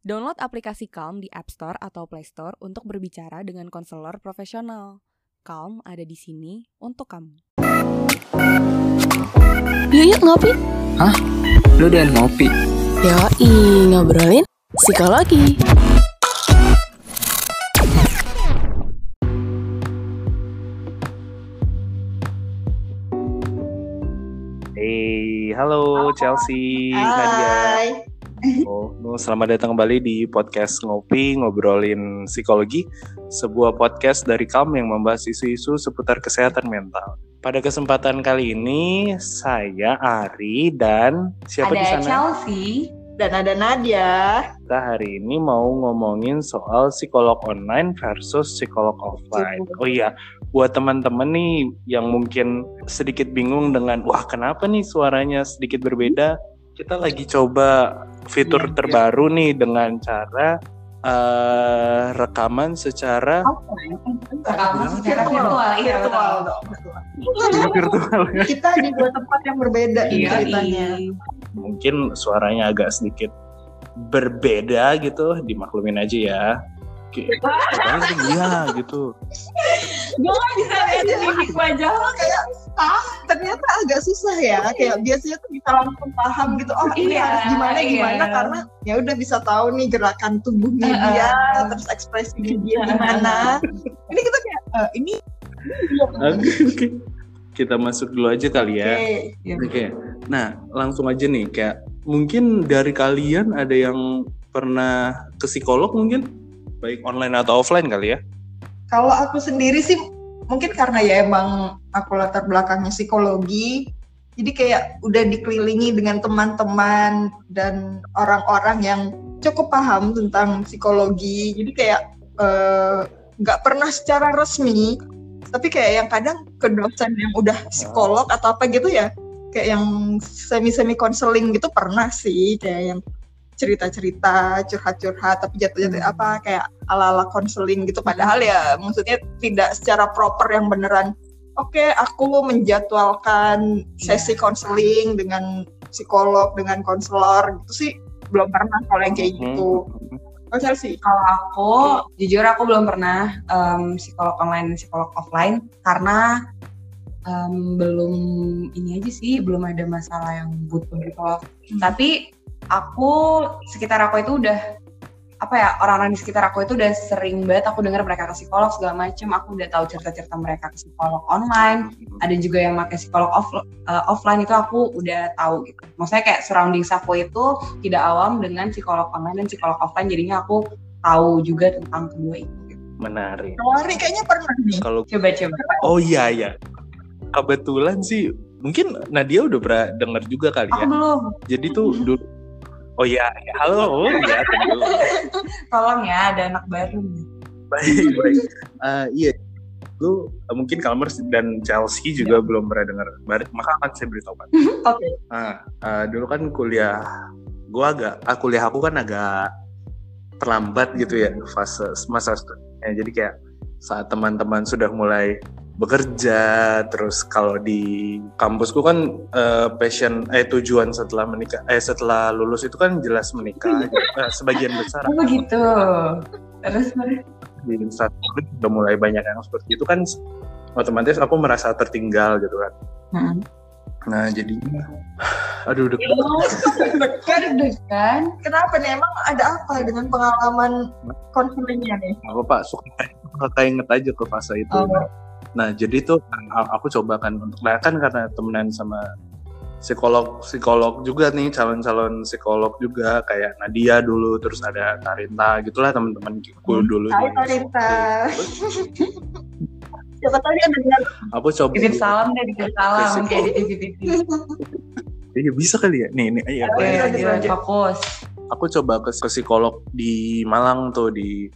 Download aplikasi Calm di App Store atau Play Store untuk berbicara dengan konselor profesional. Calm ada di sini untuk kamu. Yuk ngopi. Hah? Lu udah ngopi? Yoi, ngobrolin psikologi. Hey, halo Chelsea, Nadia. Selamat datang kembali di podcast Ngopi, ngobrolin psikologi, sebuah podcast dari Calm yang membahas isu-isu seputar kesehatan mental. Pada kesempatan kali ini, saya Ari dan siapa di sana? Ada Chelsea dan ada Nadia. Kita hari ini mau ngomongin soal psikolog online versus psikolog offline. Oh iya, buat teman-teman nih yang mungkin sedikit bingung dengan wah kenapa nih suaranya sedikit berbeda, kita lagi coba fitur terbaru nih dengan cara rekaman secara virtual. Kita di dua tempat yang berbeda ceritanya. Mungkin suaranya agak sedikit berbeda gitu, dimaklumin aja ya. Iya gitu. Gue gak bisa lihat mimik wajah lo kayak ternyata agak susah ya. Kayak biasanya tuh bisa langsung paham gitu. Oh ini harus gimana karena ya udah bisa tahu nih gerakan tubuhnya dia, terus ekspresi dia gimana. Ini kita kayak ini. Oke. Kita masuk dulu aja kali ya. Oke. Nah langsung aja nih kayak mungkin dari kalian ada yang pernah ke psikolog mungkin? Baik online atau offline kali ya? Kalau aku sendiri sih mungkin karena ya emang aku latar belakangnya psikologi, jadi kayak udah dikelilingi dengan teman-teman dan orang-orang yang cukup paham tentang psikologi. Jadi kayak nggak pernah secara resmi, tapi kayak yang kadang ke dosen yang udah psikolog atau apa gitu ya, kayak yang semi konseling gitu pernah sih, kayak yang cerita-cerita, curhat-curhat, tapi jatuh-jatuh apa kayak ala-ala konseling gitu. Padahal ya maksudnya tidak secara proper yang beneran. Oke, aku menjadwalkan sesi konseling dengan psikolog, dengan konselor gitu sih belum pernah kalau yang kayak gitu. Oh Chelsea, kalau aku jujur aku belum pernah psikolog online dan psikolog offline karena belum ini aja sih, belum ada masalah yang butuh gitu. Tapi sekitar aku itu udah orang-orang di sekitar aku itu udah sering banget aku dengar mereka ke psikolog segala macam. Aku udah tahu cerita-cerita mereka ke psikolog online. Ada juga yang pakai psikolog offline, itu aku udah tahu gitu. Maksudnya kayak surroundings aku itu tidak awam dengan psikolog online dan psikolog offline, jadinya aku tahu juga tentang kedua itu. Menarik. Ari kayaknya pernah nih. Kalau coba. Oh iya. Kebetulan sih mungkin Nadia udah pernah dengar juga kali ya. Aku belum. Jadi tuh dulu. Oh iya, halo. Ya, tolong ya, ada anak baru. Baik. Iya. Lu mungkin Kalmers dan Chelsea juga belum pernah dengar. Maka akan saya beritahu kan. Oke. Dulu kan kuliah aku kan agak terlambat gitu ya fase masa studinya. Jadi kayak saat teman-teman sudah mulai bekerja, terus kalau di kampusku kan tujuan setelah menikah setelah lulus itu kan jelas menikah sebagian besar. Oh begitu. Terus di saat itu udah mulai banyak yang seperti itu kan, otomatis aku merasa tertinggal gitu kan. Nah jadinya deg-degan. Kenapa nih, emang ada apa dengan pengalaman konselingnya nih? Aku Pak suka inget aja ke fase itu. Nah jadi tuh aku coba kan untuk karena temenan sama psikolog juga nih, calon psikolog juga kayak Nadia dulu, terus ada Tarinta gitulah teman-temanku dulu. Hai Tarinta. Siapa tahu dia dengar. Aku coba. Titip salam kayak di TV. Iya bisa kali ya. Nih iya. Fokus. Aku coba ke psikolog di Malang tuh di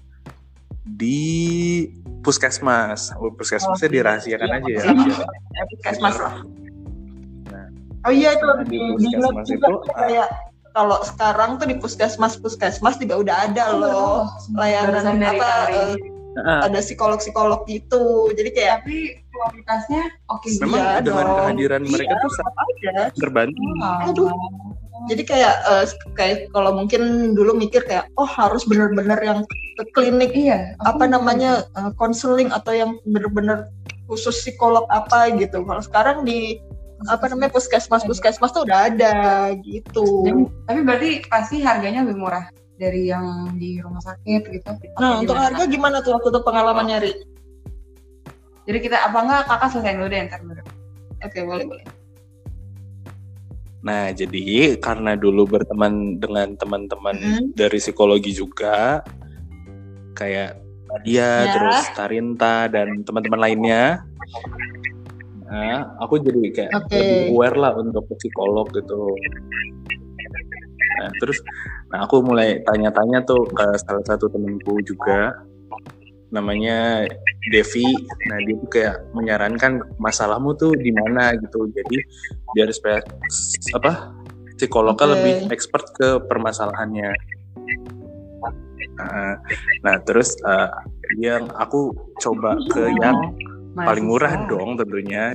puskesmas. Puskesmasnya dirahasiakan aja ya. Puskesmas lah. Oh iya itu di puskesmas itu kayak kalau sekarang tuh di puskesmas juga udah ada loh layanan ada psikolog gitu. Jadi kayak tapi kualitasnya oke. Memang dengan kehadiran mereka tuh sangat terbantu. Jadi kayak kalau mungkin dulu mikir kayak harus bener-bener yang ke klinik konseling atau yang bener-bener khusus psikolog apa gitu. Kalau sekarang di puskesmas tuh udah ada gitu. Tapi berarti pasti harganya lebih murah dari yang di rumah sakit gitu. Nah, untuk harga gimana tuh waktu itu pengalamannya, Ri? Jadi kita apa enggak kakak selesai dulu deh ntar dulu. Oke, boleh. Nah, jadi karena dulu berteman dengan teman-teman dari psikologi juga, kayak Nadia, terus Tarinta, dan teman-teman lainnya, nah, aku jadi kayak lebih aware lah untuk ke psikolog gitu. Nah, terus aku mulai tanya-tanya tuh ke salah satu temanku juga, namanya Devi. Nah, dia tuh kayak menyarankan masalahmu tuh di mana gitu. Jadi biar psikolognya lebih expert ke permasalahannya. Nah, terus yang aku coba ke yang paling murah dong tentunya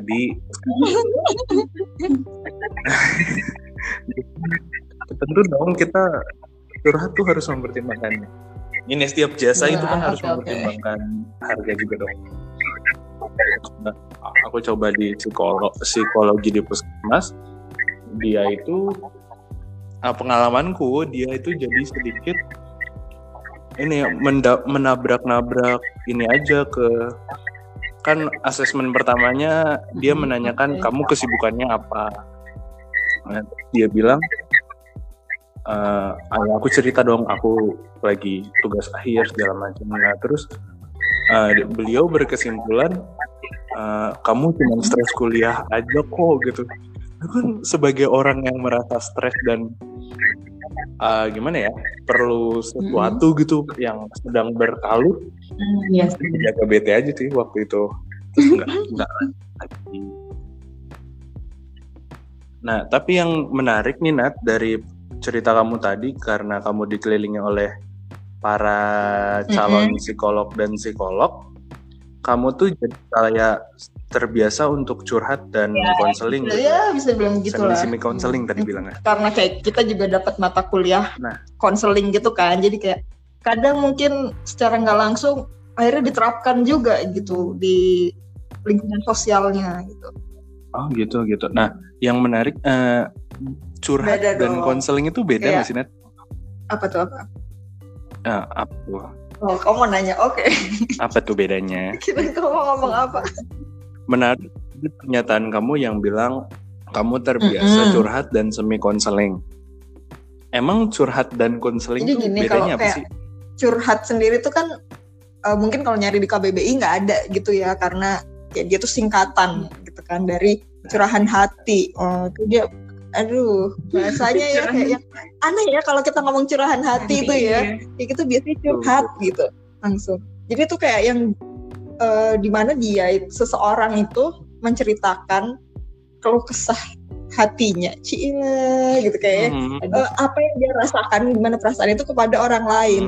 tentu dong kita curhat tuh harus mempertimbangkannya. Ini setiap jasa itu kan harus mempertimbangkan harga juga dong. Nah, aku coba di psikologi di puskesmas. Dia itu pengalamanku dia itu jadi sedikit ini menabrak-nabrak ini aja kan asesmen pertamanya dia menanyakan kamu kesibukannya apa. Nah, dia bilang aku cerita dong aku lagi tugas akhir segala macam. Nah, terus beliau berkesimpulan kamu cuma stres kuliah aja kok gitu. Aku kan sebagai orang yang merasa stres dan perlu sesuatu gitu yang sedang berkalut, jaga bete aja sih waktu itu. Terus enggak lagi. Nah, tapi yang menarik nih Nat dari cerita kamu tadi, karena kamu dikelilingi oleh para calon psikolog dan psikolog, kamu tuh jadi kayak terbiasa untuk curhat dan konseling gitu. Ya, bisa bilang gitu lah. Semi konseling tadi bilangnya. Karena kayak kita juga dapat mata kuliah konseling gitu kan. Jadi kayak kadang mungkin secara nggak langsung akhirnya diterapkan juga gitu di lingkungan sosialnya gitu. Oh, gitu. Nah, yang menarik curhat beda dan konseling itu beda nggak sih, Nat? Apa tuh apa? Apa tuh? Oh, kamu mau nanya? Oke. Apa tuh bedanya? Kira kamu mau ngomong apa? Menarik pernyataan kamu yang bilang kamu terbiasa curhat dan semi konseling. Emang curhat dan konseling itu bedanya apa sih? Curhat sendiri tuh kan mungkin kalau nyari di KBBI nggak ada gitu ya, karena kayak dia tuh singkatan gitu kan dari curahan hati. Itu dia bahasanya ya kayak yang aneh ya kalau kita ngomong curahan hati itu ya. Kayak gitu biasanya curhat gitu langsung. Jadi tuh kayak yang di mana seseorang itu menceritakan keluh kesah hatinya, gitu kayak apa yang dia rasakan, gimana perasaan itu kepada orang lain.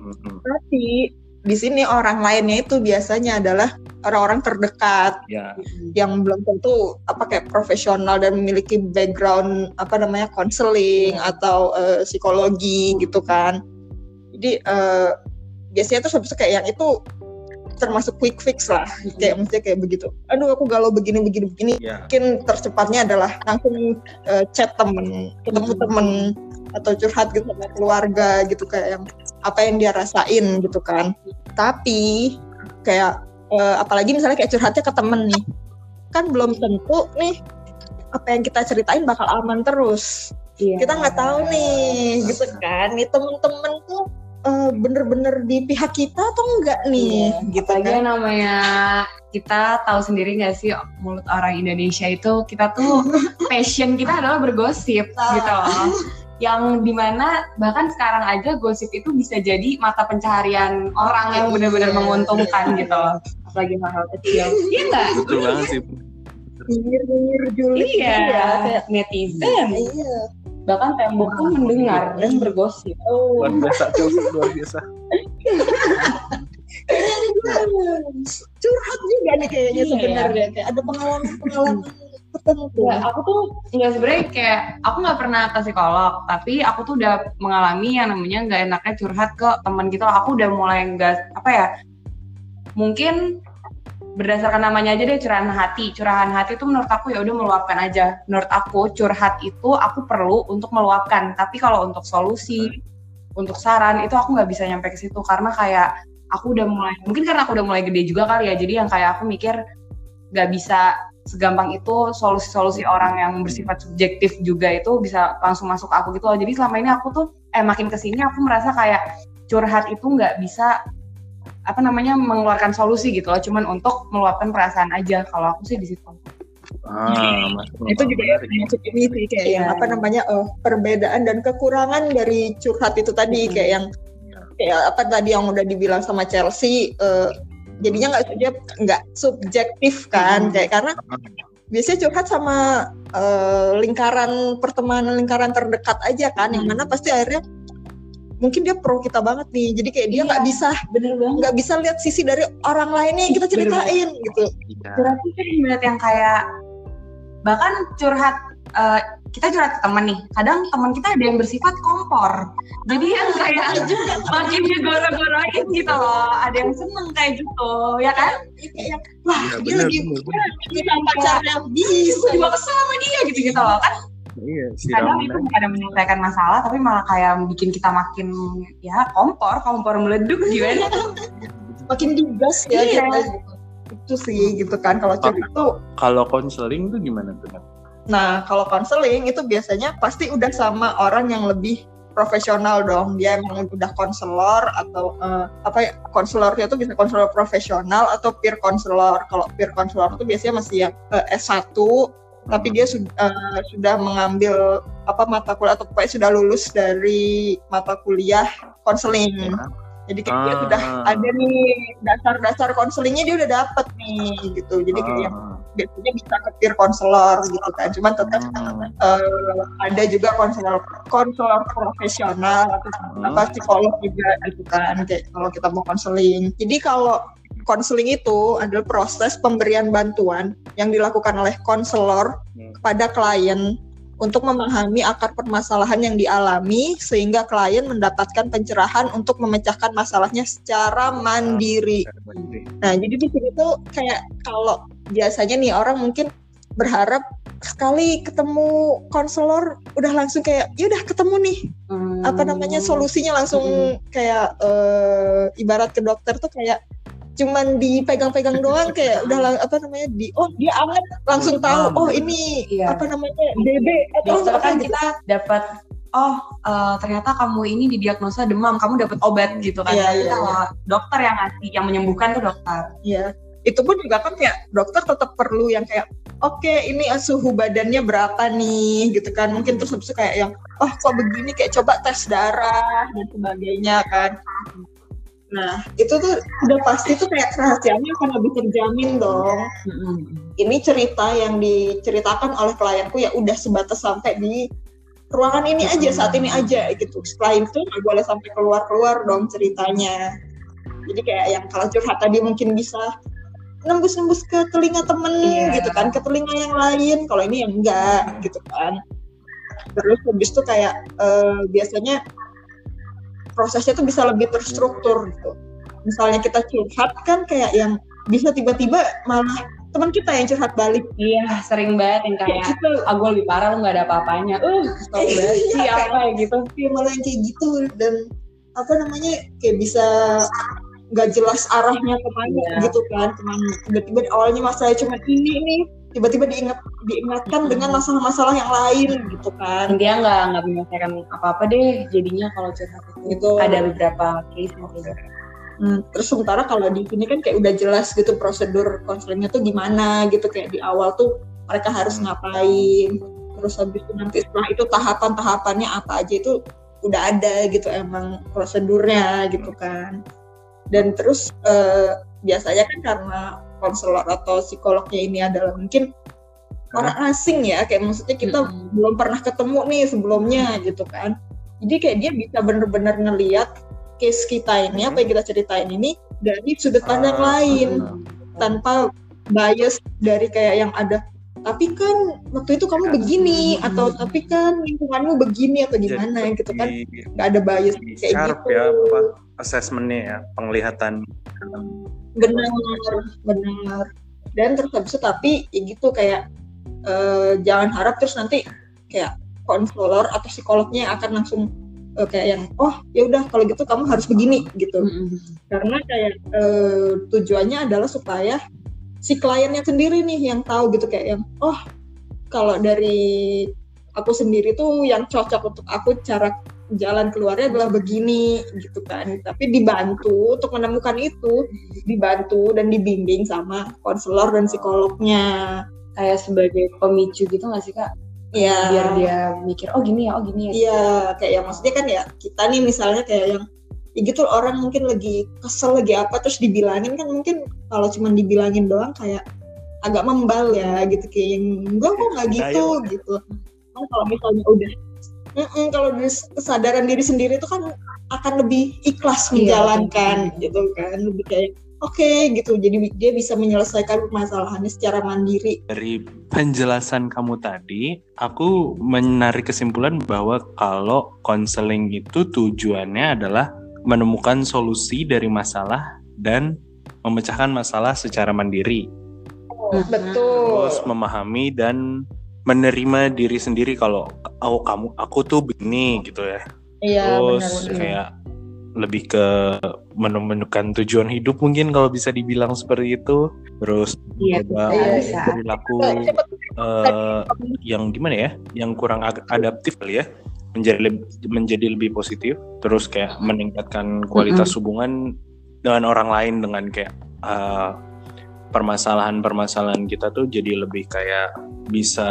Tapi di sini orang lainnya itu biasanya adalah orang-orang terdekat yang belum tentu kayak profesional dan memiliki background konseling atau psikologi gitu kan. Jadi biasanya tuh kayak yang itu termasuk quick fix lah, kayak maksudnya kayak begitu. Aku galau begini. Mungkin tercepatnya adalah langsung chat ketemu temen atau curhat gitu sama keluarga gitu, kayak yang apa yang dia rasain gitu kan. Tapi kayak apalagi misalnya kayak curhatnya ke temen nih, kan belum tentu nih apa yang kita ceritain bakal aman terus. Kita nggak tahu nih gitu kan, nih temen-temen tuh bener-bener di pihak kita atau enggak nih gitu kan. Namanya kita tahu sendiri nggak sih, mulut orang Indonesia itu kita tuh passion kita adalah bergosip gitu loh. Yang dimana bahkan sekarang aja gosip itu bisa jadi mata pencaharian orang yang benar-benar menguntungkan gitu loh. Apalagi hal-hal kecil. Iya nggak? Betul banget sih. Nyinyir julid kayak netizen. Bahkan tembok pun mendengar dan bergosip. Luar biasa. Curhat juga nih kayaknya sebenarnya. Kayak ada pengalaman tertentu. Ya, aku tuh nggak sebenarnya kayak aku nggak pernah ke psikolog, tapi aku tuh udah mengalami yang namanya nggak enaknya curhat ke teman gitu. Aku udah mulai nggak apa ya, mungkin berdasarkan namanya aja deh, curahan hati. Curahan hati itu menurut aku ya udah meluapkan aja. Menurut aku curhat itu aku perlu untuk meluapkan, tapi kalau untuk solusi, untuk saran itu aku nggak bisa nyampe ke situ karena kayak aku udah mulai, mungkin karena aku udah mulai gede juga kali ya, jadi yang kayak aku mikir nggak bisa segampang itu solusi-solusi orang yang bersifat subjektif juga itu bisa langsung masuk ke aku gitu loh. Jadi selama ini aku tuh makin kesini aku merasa kayak curhat itu nggak bisa mengeluarkan solusi gitu loh, cuman untuk meluapkan perasaan aja. Kalau aku sih di situ. Itu juga ya termasuk ini sih kayak yang perbedaan dan kekurangan dari curhat itu tadi, kayak yang tadi yang udah dibilang sama Chelsea, jadinya nggak subjektif kan, kayak karena biasanya curhat sama lingkaran pertemanan, lingkaran terdekat aja kan, yang mana pasti akhirnya mungkin dia pro kita banget nih, jadi kayak dia nggak bisa lihat sisi dari orang lainnya yang kita ceritain gitu. Curhat itu kan yang kayak bahkan curhat kita curhat ke teman nih, kadang teman kita ada yang bersifat kompor, jadi yang kayak makin digorok-gorokin gitu loh, ada yang seneng kayak gitu, ya kan? Wah, dia lagi pacarnya bisa juga kesel sama dia gitu loh kan? Iya, kadang itu bukan menyelesaikan masalah, tapi malah kayak bikin kita makin kompor meleduk gimana? Makin digas ya gitu. Itu sih gitu kan kalau curhat itu. Kalau konseling itu gimana tuh? Nah, kalau konseling itu biasanya pasti udah sama orang yang lebih profesional dong. Dia emang udah konselor atau konselornya itu bisa konselor profesional atau peer konselor. Kalau peer konselor itu biasanya masih yang S1, tapi dia sudah mengambil mata kuliah atau pokoknya sudah lulus dari mata kuliah konseling. Jadi kayak dia sudah ada nih dasar-dasar konselingnya, dia udah dapet nih gitu. Jadi kayak biasanya bisa ke peer konselor gitu kan. Cuman tetap ada juga konselor profesional atau psikolog juga gitu kan, kayak kalau kita mau konseling. Jadi kalau konseling itu adalah proses pemberian bantuan yang dilakukan oleh konselor kepada klien untuk memahami akar permasalahan yang dialami sehingga klien mendapatkan pencerahan untuk memecahkan masalahnya secara mandiri. Nah, jadi di sini tuh kayak kalau biasanya nih orang mungkin berharap sekali ketemu konselor udah langsung kayak ya udah ketemu nih solusinya langsung kayak ibarat ke dokter tuh kayak cuman dipegang-pegang doang kayak udah dia anget langsung tahu ini DB atau dokter kan kita dapat ternyata kamu ini didiagnosa demam, kamu dapat obat gitu kan. Kalau dokter yang ngasih, yang menyembuhkan tuh dokter. Iya. Itu pun juga kan kayak dokter tetap perlu yang kayak ini suhu badannya berapa nih gitu kan, mungkin terus kayak yang kok begini, kayak coba tes darah dan sebagainya kan. Nah, itu tuh udah pasti tuh kayak rahasianya akan lebih terjamin dong. Ini cerita yang diceritakan oleh klienku ya udah sebatas sampai di ruangan ini aja, saat ini aja gitu. Setelah itu nggak boleh sampai keluar dong ceritanya. Jadi kayak yang kalau curhat tadi mungkin bisa nembus ke telinga temen gitu kan, ke telinga yang lain. Kalau ini yang enggak gitu kan. Terus habis itu kayak biasanya prosesnya tuh bisa lebih terstruktur gitu. Misalnya kita curhat kan kayak yang bisa tiba-tiba malah teman kita yang curhat balik. Iya, sering banget yang kayak gue lebih parah, lu nggak ada apa-apanya. Stop banget sih apa gitu. Iya, malah yang kayak gitu dan kayak bisa nggak jelas arahnya kemana gitu kan. Tiba-tiba awalnya masalah cuma ini nih, tiba-tiba diingatkan dengan masalah-masalah yang lain gitu kan. Intinya nggak menyelesaikan apa-apa deh jadinya kalau curhat itu. Ada beberapa case gitu. Terus sementara kalau di sini kan kayak udah jelas gitu prosedur konselingnya tuh gimana gitu, kayak di awal tuh mereka harus ngapain, terus habis itu nanti setelah itu tahapan-tahapannya apa aja itu udah ada gitu emang prosedurnya gitu kan. Dan terus biasanya kan karena konselor atau psikolognya ini adalah mungkin orang asing ya, kayak maksudnya kita belum pernah ketemu nih sebelumnya gitu kan. Jadi kayak dia bisa bener-bener ngelihat case kita ini, apa yang kita ceritain ini dari sudut pandang lain tanpa bias dari kayak yang ada tapi kan waktu itu kamu begini atau tapi kan lingkunganmu begini atau gimana Jadi, gitu kan, nggak ada bias kayak sharp gitu. ya assessment-nya ya, penglihatan. Benar. Dan terus habis itu tapi ya gitu kayak jangan harap terus nanti kayak konselor atau psikolognya akan langsung kayak yang ya udah kalau gitu kamu harus begini gitu. Karena kayak tujuannya adalah supaya si kliennya sendiri nih yang tahu gitu, kayak yang kalau dari aku sendiri tuh yang cocok untuk aku cara jalan keluarnya adalah begini gitu kan. Tapi dibantu untuk menemukan itu, dibantu dan dibimbing sama konselor dan psikolognya. Kayak sebagai pemicu gitu nggak sih Kak? Iya. Biar dia mikir gini ya. Iya, kayak yang maksudnya kan ya kita nih misalnya kayak yang ya gitu orang mungkin lagi kesel lagi apa terus dibilangin kan, mungkin kalau cuma dibilangin doang kayak agak membal ya gitu, kayak yang enggak kok nggak gitu. Kan kalau misalnya udah kalau kesadaran diri sendiri itu kan akan lebih ikhlas menjalankan gitu kan, lebih kayak gitu, jadi dia bisa menyelesaikan permasalahannya secara mandiri. Dari penjelasan kamu tadi, aku menarik kesimpulan bahwa kalau konseling itu tujuannya adalah menemukan solusi dari masalah dan memecahkan masalah secara mandiri. Betul. Terus memahami dan menerima diri sendiri kalau aku tuh begini gitu ya. Iya, Terus benar. kayak lebih ke menemukan tujuan hidup mungkin kalau bisa dibilang seperti itu. Terus mencoba bisa. perilaku yang gimana ya, yang kurang adaptif kali ya, menjadi lebih positif. Terus kayak meningkatkan kualitas hubungan dengan orang lain, dengan kayak permasalahan kita tuh jadi lebih kayak bisa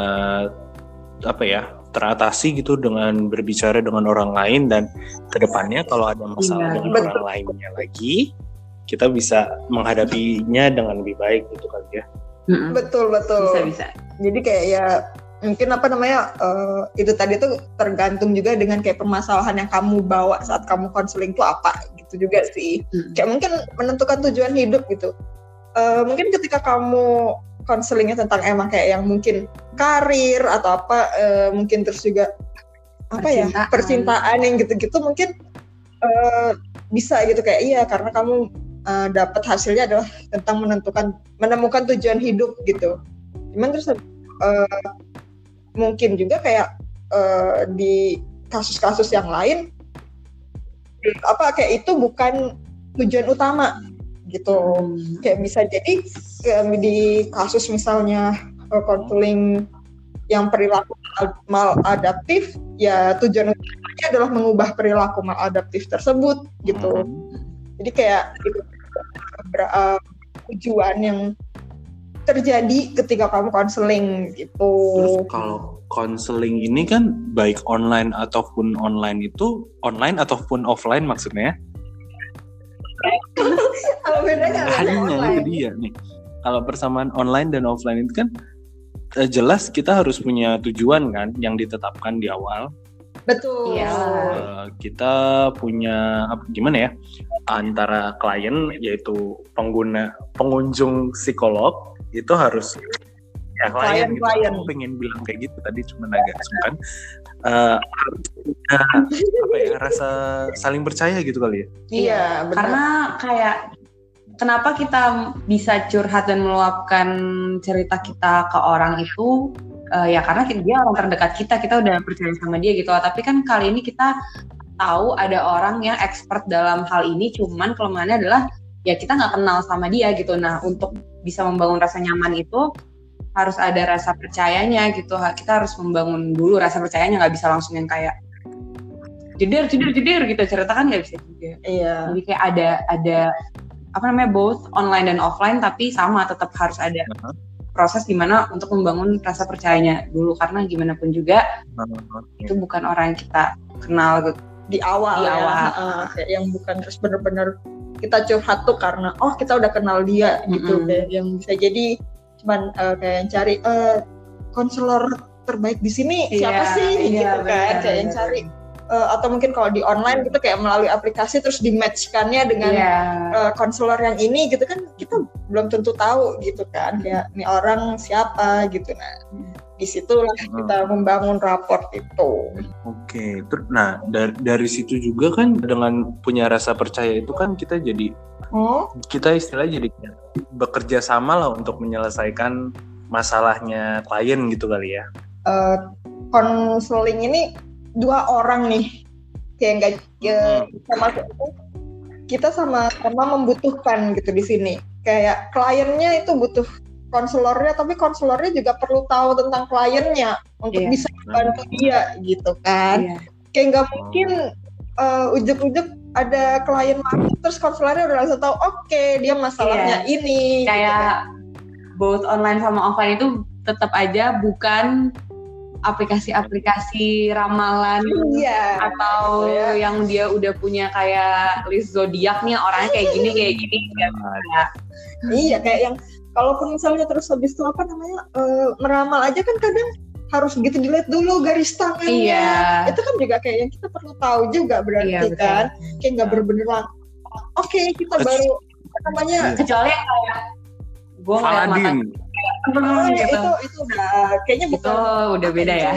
teratasi gitu dengan berbicara dengan orang lain, dan kedepannya kalau ada masalah dengan orang lainnya lagi kita bisa menghadapinya dengan lebih baik gitu kan ya. Betul. Bisa. Jadi kayak ya mungkin itu tadi tuh tergantung juga dengan kayak permasalahan yang kamu bawa saat kamu konseling tuh apa gitu juga sih. Kayak mungkin menentukan tujuan hidup gitu. Mungkin ketika kamu konselingnya tentang emang kayak yang mungkin karir atau apa, mungkin terus juga percintaan yang gitu-gitu mungkin bisa gitu kayak iya karena kamu dapat hasilnya adalah tentang menemukan tujuan hidup gitu. Cuman terus mungkin juga kayak di kasus-kasus yang lain kayak itu bukan tujuan utama gitu. Kayak bisa jadi di kasus misalnya konseling yang perilaku maladaptif, ya tujuan utamanya adalah mengubah perilaku maladaptif tersebut gitu. Jadi kayak tujuan yang terjadi ketika kamu konseling gitu. Terus kalau konseling ini kan baik online ataupun online offline maksudnya. Apa bedanya? Hanya itu dia nih. Kalau persamaan online dan offline itu kan jelas kita harus punya tujuan kan yang ditetapkan di awal. Betul. Kita punya gimana ya, antara klien yaitu pengunjung psikolog itu harus ya klien gitu. Aku pengen bilang kayak gitu tadi cuma agak sungkan. Harus punya rasa saling percaya gitu kali ya. Iya, benar. Karena kayak kenapa kita bisa curhat dan meluapkan cerita kita ke orang itu ya karena dia orang terdekat kita udah percaya sama dia gitu. Tapi kan kali ini kita tahu ada orang yang expert dalam hal ini, cuman kelemahannya adalah ya kita nggak kenal sama dia gitu. Nah untuk bisa membangun rasa nyaman itu harus ada rasa percayanya gitu. Kita harus membangun dulu rasa percayanya, nggak bisa langsung yang kayak jeder gitu cerita kan nggak bisa juga. Iya. Jadi kayak ada both online dan offline, tapi sama tetap harus ada proses gimana untuk membangun rasa percayanya dulu, karena gimana pun juga itu bukan orang yang kita kenal gitu. Di awal. Kayak yang bukan terus benar-benar kita curhat tuh karena kita udah kenal dia gitu. Kayak yang bisa jadi cuman kayak yang cari konselor terbaik di sini siapa sih gitu kan, kayak yang cari atau mungkin kalau di online gitu kayak melalui aplikasi terus di-match-kannya dengan konselor yang ini gitu kan, kita belum tentu tahu gitu kan kayak ini orang siapa gitu. Nah disitulah kita membangun raport itu. Oke, nah dari situ juga kan dengan punya rasa percaya itu kan kita jadi kita istilahnya jadi bekerja sama lah untuk menyelesaikan masalahnya klien gitu kali ya. Konseling ini 2 orang nih kayak kita sama-sama membutuhkan gitu di sini. Kayak kliennya itu butuh konselornya, tapi konselornya juga perlu tahu tentang kliennya untuk bisa membantu dia gitu kan. Kayak nggak mungkin ujuk-ujuk ada klien masuk terus konselornya udah langsung tahu oke, dia masalahnya ini. Kayak gitu kan. Both online sama offline itu tetap aja bukan aplikasi-aplikasi ramalan atau yang dia udah punya kayak list zodiak nih orangnya kayak gini Iya, kayak yang kalaupun misalnya terus habis itu meramal aja kan kadang harus gitu dilihat dulu garis tangannya. Itu kan juga kayak yang kita perlu tahu juga berarti kan. Kayak nggak bener-bener oke, kita baru kecuali yang kayak gue ngeliat mata gitu. Itu udah kayaknya bukan udah beda ya.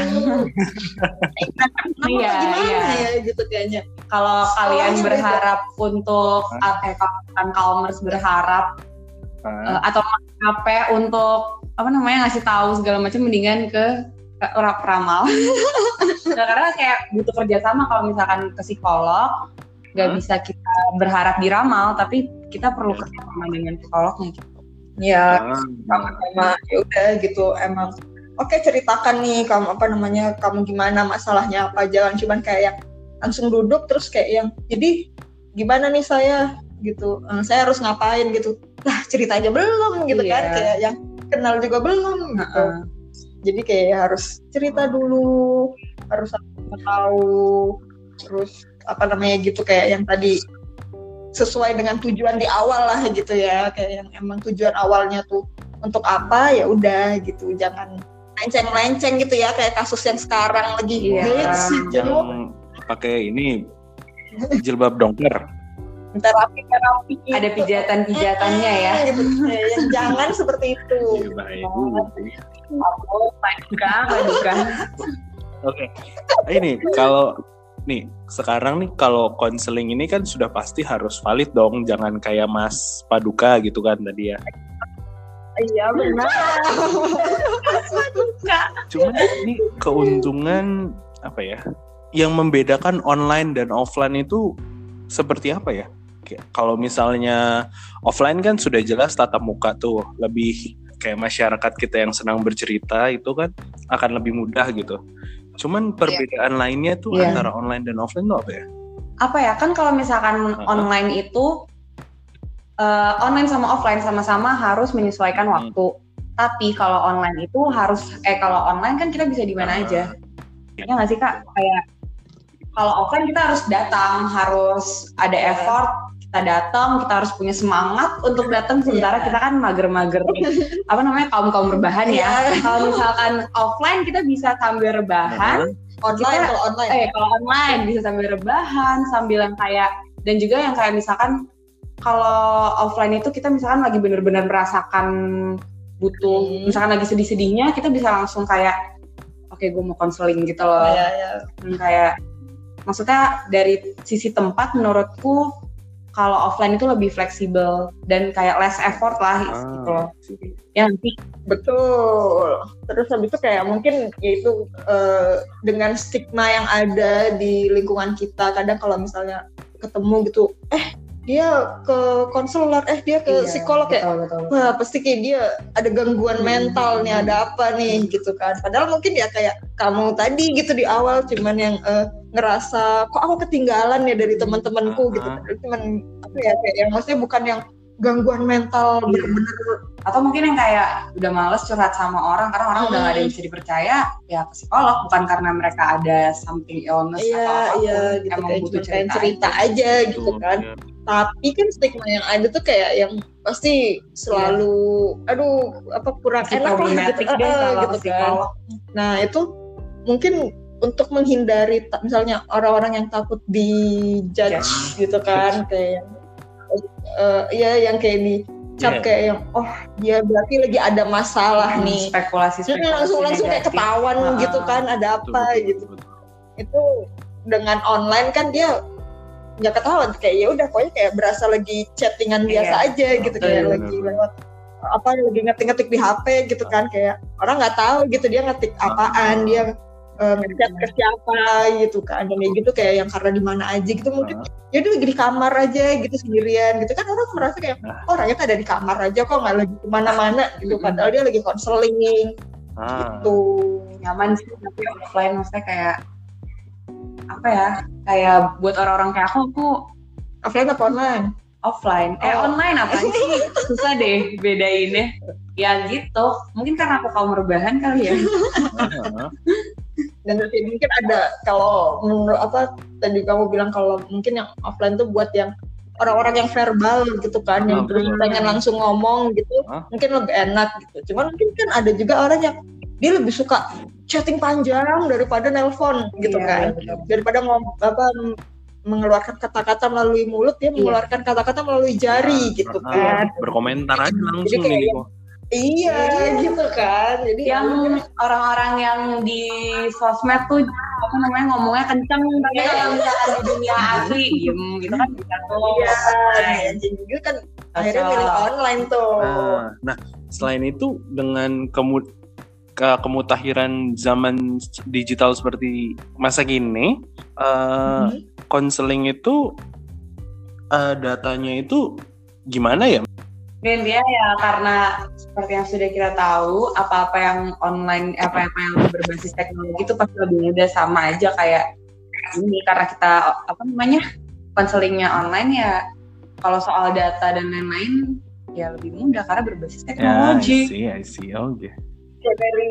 Iya gitu kayaknya. Kalau kalian berharap untuk Calmers berharap atau capek untuk ngasih tahu segala macam, mendingan ke ramal. Nah, karena kayak butuh kerjasama. Kalau misalkan ke psikolog nggak bisa kita berharap diramal, tapi kita perlu kerjasama dengan psikolognya gitu. Ya, sama-sama ya udah gitu emang. Oke, ceritakan nih kamu kamu gimana, masalahnya apa, jangan cuman kayak yang langsung duduk terus kayak yang jadi gimana nih saya gitu, saya harus ngapain gitu. Lah cerita aja belum gitu kan, kayak yang kenal juga belum gitu. Jadi kayak harus cerita dulu, harus tahu, terus gitu kayak yang tadi sesuai dengan tujuan di awal lah gitu ya, kayak yang emang tujuan awalnya tuh untuk apa ya udah gitu, jangan lenceng-lenceng gitu ya kayak kasus yang sekarang lagi hits yang pakai ini jilbab dongker, terapi ada pijatan-pijatannya ya. Gitu. Jangan seperti itu. Oke. Ini kalau sekarang nih kalau konseling ini kan sudah pasti harus valid dong, jangan kayak Mas Paduka gitu kan tadi ya. Iya benar. Cuman ini keuntungan apa ya? Yang membedakan online dan offline itu seperti apa ya? Kalau misalnya offline kan sudah jelas tatap muka tuh, lebih kayak masyarakat kita yang senang bercerita itu kan akan lebih mudah gitu. Cuman perbedaan lainnya tuh antara online dan offline tuh apa ya? Apa ya, kan kalau misalkan online itu online sama offline sama-sama harus menyesuaikan waktu. Tapi kalau online itu kalau online kan kita bisa di mana aja. Ya nggak sih Kak? Kayak kalau offline kita harus datang, harus ada effort, kita datang, kita harus punya semangat untuk datang, sementara kita kan mager-mager kaum rebahan ya. Kalau misalkan offline kita bisa sambil rebahan, kalau online bisa sambil rebahan, sambil yang kayak, dan juga yang kayak misalkan kalau offline itu kita misalkan lagi benar-benar merasakan butuh, misalkan lagi sedih-sedihnya, kita bisa langsung kayak oke, gue mau konseling gitu loh. Kayak maksudnya dari sisi tempat menurutku kalau offline itu lebih fleksibel dan kayak less effort lah gitu loh. Ya nanti betul. Terus habis itu kayak mungkin yaitu dengan stigma yang ada di lingkungan kita, kadang kalau misalnya ketemu gitu, dia ke konselor, dia ke psikolog kayak, wah pasti kayak dia ada gangguan mental nih, ada apa nih gitu kan. Padahal mungkin ya kayak kamu tadi gitu di awal cuman yang ngerasa kok aku ketinggalan ya dari teman-temanku gitu. Cuman kayak yang maksudnya bukan yang gangguan mental bener-bener, atau mungkin yang kayak udah males curhat sama orang karena orang udah gak ada yang bisa dipercaya, ya ke psikolog, bukan karena mereka ada something illness atau gitu, emang kayak butuh cerita aja gitu kan. Tapi kan stigma yang ada tuh kayak yang pasti selalu kurang enak lah gitu, gitu kan. Nah itu mungkin untuk menghindari misalnya orang-orang yang takut dijudge gitu kan, kayak yang kayak dicap kayak yang dia berarti lagi ada masalah nih, spekulasi langsung kayak ketahuan gitu kan ada apa betul, gitu. betul. Itu dengan online kan dia nggak ketahuan, kayak ya udah pokoknya kayak berasa lagi chattingan biasa aja gitu, kayak lagi lewat lagi ngetik di HP gitu kan, kayak orang nggak tahu gitu dia ngetik apaan, dia ngechat ke siapa gitu kan, dan gitu kayak yang karena di mana aja gitu, mungkin ya udah lagi di kamar aja gitu sendirian gitu kan, orang merasa kayak orangnya ada di kamar aja kok nggak lagi kemana-mana gitu, padahal dia lagi konseling gitu. Nyaman sih, tapi offline maksudnya kayak apa ya, kayak buat orang-orang kayak aku offline apa online? Offline, online apa sih? Susah deh bedainnya. Ya gitu, mungkin karena aku kaum rebahan kali ya. Dan nanti mungkin ada, kalau menurut tadi kamu bilang kalau mungkin yang offline tuh buat yang orang-orang yang verbal gitu kan, yang pengen langsung ngomong gitu, mungkin lebih enak gitu. Cuman mungkin kan ada juga orang yang dia lebih suka chatting panjang daripada nelpon gitu kan, daripada mengeluarkan kata-kata melalui mulut, dia mengeluarkan kata-kata melalui jari gitu kan. Berkomentar aja langsung jadi nih. Iya gitu kan. Jadi yang orang-orang yang di sosmed tuh apa namanya ngomongnya kenceng, tapi kalau misalkan di dunia asli diem gitu kan bisa tuh. Iya, jadi kan akhirnya milih online tuh. Nah, selain itu dengan kemutahiran zaman digital seperti masa kini, konseling itu datanya itu gimana ya? Dan dia ya karena seperti yang sudah kita tahu, apa-apa yang online, apa-apa yang berbasis teknologi itu pasti lebih mudah, sama aja kayak ini, karena kita konselingnya online ya, kalau soal data dan lain-lain ya lebih mudah karena berbasis teknologi. I see. Oke. Ya,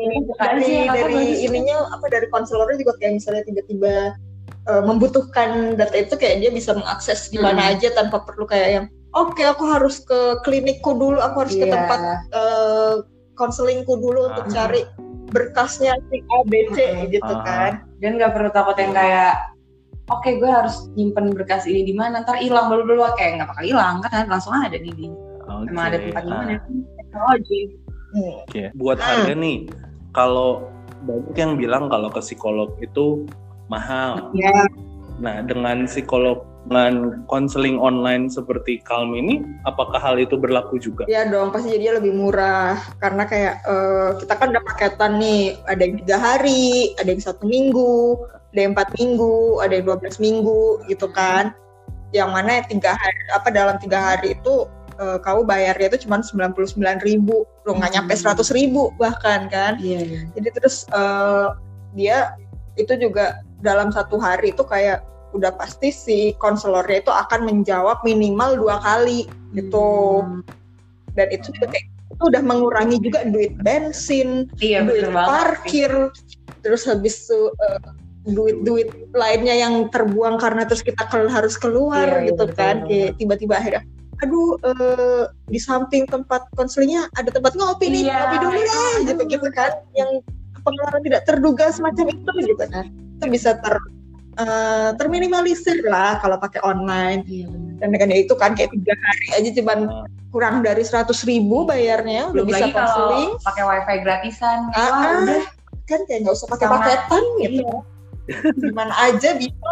dari ininya dari konselornya juga kayak misalnya tiba-tiba membutuhkan data itu, kayak dia bisa mengakses di mana aja tanpa perlu kayak yang aku harus ke klinikku dulu, aku harus ke tempat konselingku dulu untuk cari berkasnya si A, B, C gitu kan. Dan nggak perlu takut yang kayak gue harus nyimpen berkas ini di mana, ntar hilang dulu, kayak nggak bakal hilang kan, langsung ada nih di emang ada tempat di mana, teknologi. Buat harga nih, kalau banyak yang bilang kalau ke psikolog itu mahal. Nah, dengan konseling online seperti Calm ini, apakah hal itu berlaku juga? Iya dong, pasti jadinya lebih murah. Karena kayak kita kan udah paketan nih, ada yang 3 hari, ada yang 1 minggu, ada yang 4 minggu, ada yang 12 minggu gitu kan. Yang mana 3 hari, dalam 3 hari itu kamu bayarnya itu cuma 99.000, nggak nyampe 100.000 bahkan kan. Jadi terus dia itu juga dalam 1 hari itu kayak udah pasti si konselornya itu akan menjawab minimal 2 kali gitu. Dan itu juga kayak itu udah mengurangi juga duit bensin, duit parkir, terus habis itu duit lainnya yang terbuang karena terus kita harus keluar gitu kan. Kayak tiba-tiba akhirnya di samping tempat konselingnya ada tempat ngopi nih, ngopi dulu lah gitu kan, yang pengeluaran tidak terduga semacam itu gitu kan. Itu bisa terminimalisir lah kalau pakai online. Dan dengan itu kan kayak 3 hari aja cuman kurang dari 100.000 bayarnya, udah bisa konseling. Pakai wifi gratisan, udah kan kayak nggak usah pakai paketan gitu. Gimana aja bisa.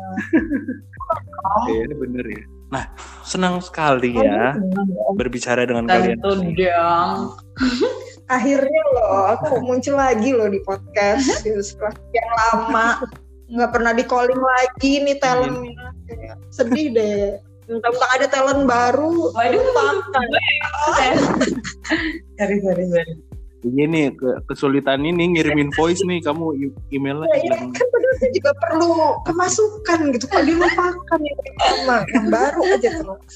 Ini bener ya. Nah, senang sekali ya berbicara dengan kalian. Akhirnya loh, aku muncul lagi loh di podcast setelah sekian lama. Nggak pernah di calling lagi nih talentnya. Sedih deh. Mentang-mentang ada talent baru. Waduh, sorry. Ini nih kesulitan ini ngirimin voice nih, kamu email lagi. Kan padahal saya juga perlu kemasukan gitu, kok dilupakan yang baru aja terus.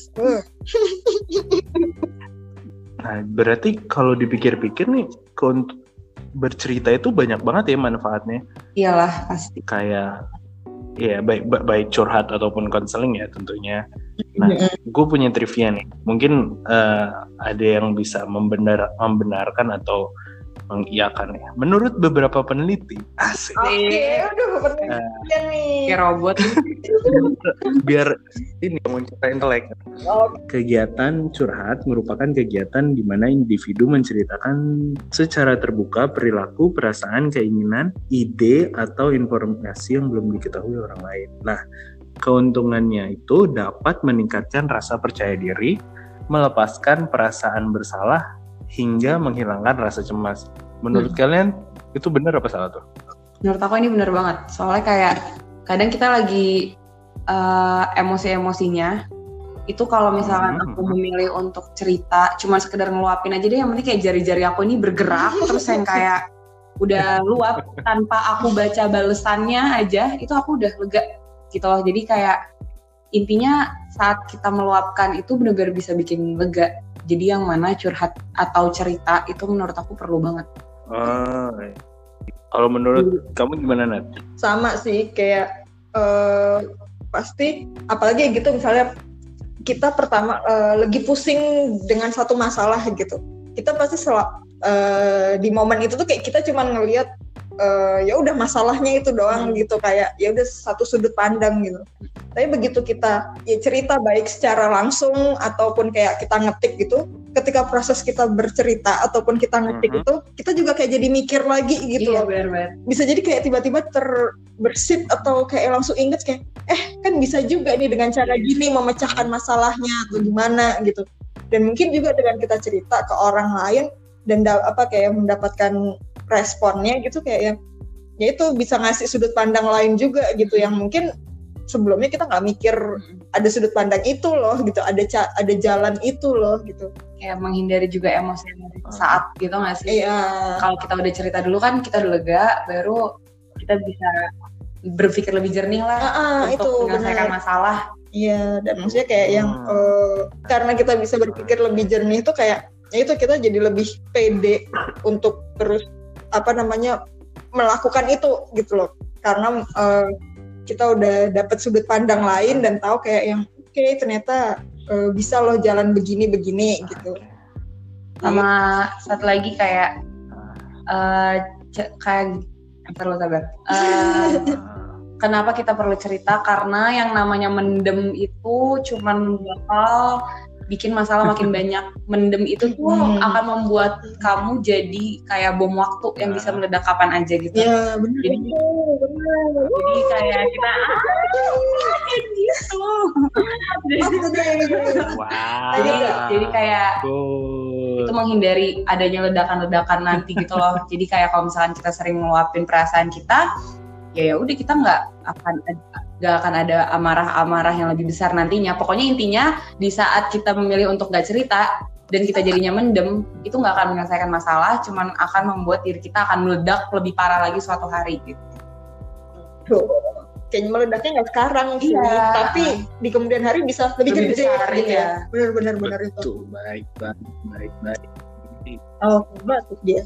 Nah, berarti kalau dipikir-pikir nih, untuk bercerita itu banyak banget ya manfaatnya. Iyalah pasti. Kayak baik curhat ataupun konseling ya tentunya. Nah, gue punya trivia nih. Mungkin ada yang bisa membenarkan atau mengiyakan ya. Menurut beberapa peneliti, asik. Oke, aduh penelitian nih. Kayak robot. Biar ini mencipta intelek. Kegiatan curhat merupakan kegiatan di mana individu menceritakan secara terbuka perilaku, perasaan, keinginan, ide, atau informasi yang belum diketahui orang lain. Nah, keuntungannya itu dapat meningkatkan rasa percaya diri, melepaskan perasaan bersalah, hingga menghilangkan rasa cemas. Menurut kalian itu benar apa salah tuh? Menurut aku ini benar banget. Soalnya kayak kadang kita lagi emosi-emosinya itu kalau misalkan aku memilih untuk cerita cuma sekedar ngeluapin aja deh, yang penting kayak jari-jari aku ini bergerak terus yang kayak udah luap tanpa aku baca balesannya aja, itu aku udah lega gitu loh. Jadi kayak intinya saat kita meluapkan itu benar-benar bisa bikin lega. Jadi yang mana curhat atau cerita itu menurut aku perlu banget. Kalau menurut kamu gimana, Nat? Sama sih, kayak pasti apalagi gitu misalnya kita pertama lagi pusing dengan satu masalah gitu. Kita pasti di momen itu tuh kayak kita cuma ngelihat ya udah masalahnya itu doang gitu, kayak ya udah satu sudut pandang gitu. Tapi begitu kita ya cerita baik secara langsung ataupun kayak kita ngetik gitu, ketika proses kita bercerita ataupun kita ngetik itu, kita juga kayak jadi mikir lagi gitu loh. Bener-bener. Bisa jadi kayak tiba-tiba terbersit atau kayak langsung inget kayak kan bisa juga nih dengan cara gini memecahkan masalahnya atau gimana gitu. Dan mungkin juga dengan kita cerita ke orang lain dan kayak mendapatkan responnya gitu, kayak ya itu bisa ngasih sudut pandang lain juga gitu, yang mungkin sebelumnya kita nggak mikir ada sudut pandang itu loh gitu, ada jalan itu loh gitu. Kayak menghindari juga emosi saat gitu nggak sih? Iya. Kalau kita udah cerita dulu kan kita udah lega, baru kita bisa berpikir lebih jernih lah untuk menyelesaikan masalah. Iya, dan maksudnya kayak yang karena kita bisa berpikir lebih jernih itu kayak ya itu kita jadi lebih pede untuk terus melakukan itu gitu loh, karena kita udah dapat sudut pandang lain dan tahu kayak yang oke, ternyata bisa loh jalan begini gitu. Sama satu lagi kayak sabar. Kenapa kita perlu cerita? Karena yang namanya mendem itu cuman bakal bikin masalah makin banyak. Mendem itu tuh akan membuat kamu jadi kayak bom waktu yang bisa meledak kapan aja gitu. Iya, benar. Jadi kayak kita gitu. Jadi kayak itu menghindari adanya ledakan-ledakan nanti gitu loh. Jadi kayak kalau misalkan kita sering ngeluapin perasaan kita, ya udah kita nggak akan ada amarah-amarah yang lebih besar nantinya. Pokoknya intinya di saat kita memilih untuk nggak cerita dan kita jadinya mendem, itu nggak akan menyelesaikan masalah, cuman akan membuat diri kita akan meledak lebih parah lagi suatu hari gitu. Kayaknya meledaknya nggak sekarang sih, tapi di kemudian hari bisa lebih gede gitu ya. Benar itu. Baik. Oh, bagus dia.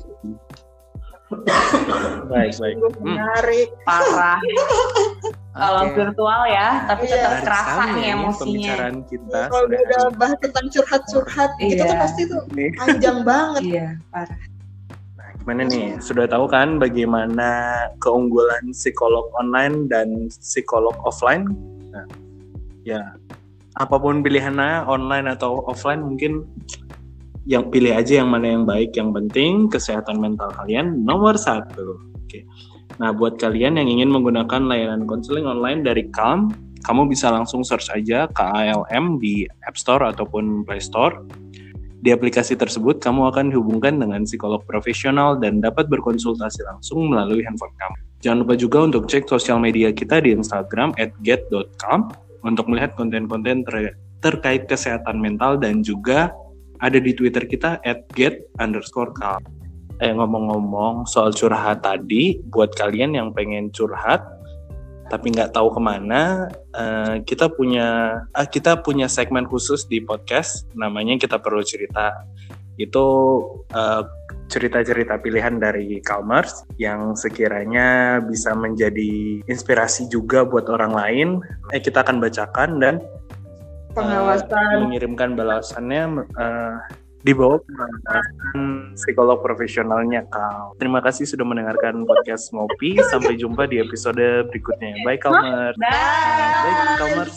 Baik. Menarik. Parah. Kalau virtual ya, tapi tetap kerasa nih emosinya. Pembicaraan kita. Kalau udah bahas tentang curhat, kita tuh pasti tuh panjang banget. Iya, parah. Nah, gimana nih? Sudah tahu kan bagaimana keunggulan psikolog online dan psikolog offline? Nah, ya, apapun pilihannya, online atau offline, mungkin yang pilih aja yang mana yang baik. Yang penting kesehatan mental kalian nomor 1. Oke. Nah, buat kalian yang ingin menggunakan layanan konseling online dari Calm, kamu bisa langsung search aja KALM di App Store ataupun Play Store. Di aplikasi tersebut, kamu akan dihubungkan dengan psikolog profesional dan dapat berkonsultasi langsung melalui handphone kamu. Jangan lupa juga untuk cek sosial media kita di Instagram @get.calm untuk melihat konten-konten terkait kesehatan mental, dan juga ada di Twitter kita @get_calm. Ngomong-ngomong soal curhat tadi, buat kalian yang pengen curhat tapi nggak tahu kemana, kita punya segmen khusus di podcast, namanya Kita Perlu Cerita. Itu cerita-cerita pilihan dari Calmers yang sekiranya bisa menjadi inspirasi juga buat orang lain. Kita akan bacakan dan pengawasan mengirimkan balasannya di bawah pembahasan psikolog profesionalnya Kal. Terima kasih sudah mendengarkan podcast Ngopi. Sampai jumpa di episode berikutnya. Bye Kalmer. Bye Kalmer.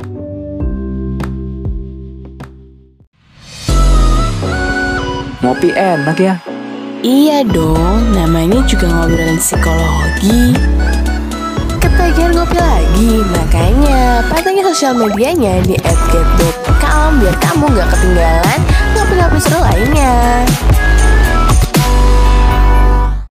Ngopi enak ya. Iya dong, namanya juga ngobrolin psikologi. Ketagihan ngopi lagi, makanya pantengin sosial medianya di @get.calm biar kamu gak ketinggalan ngopi-ngopi seru lainnya.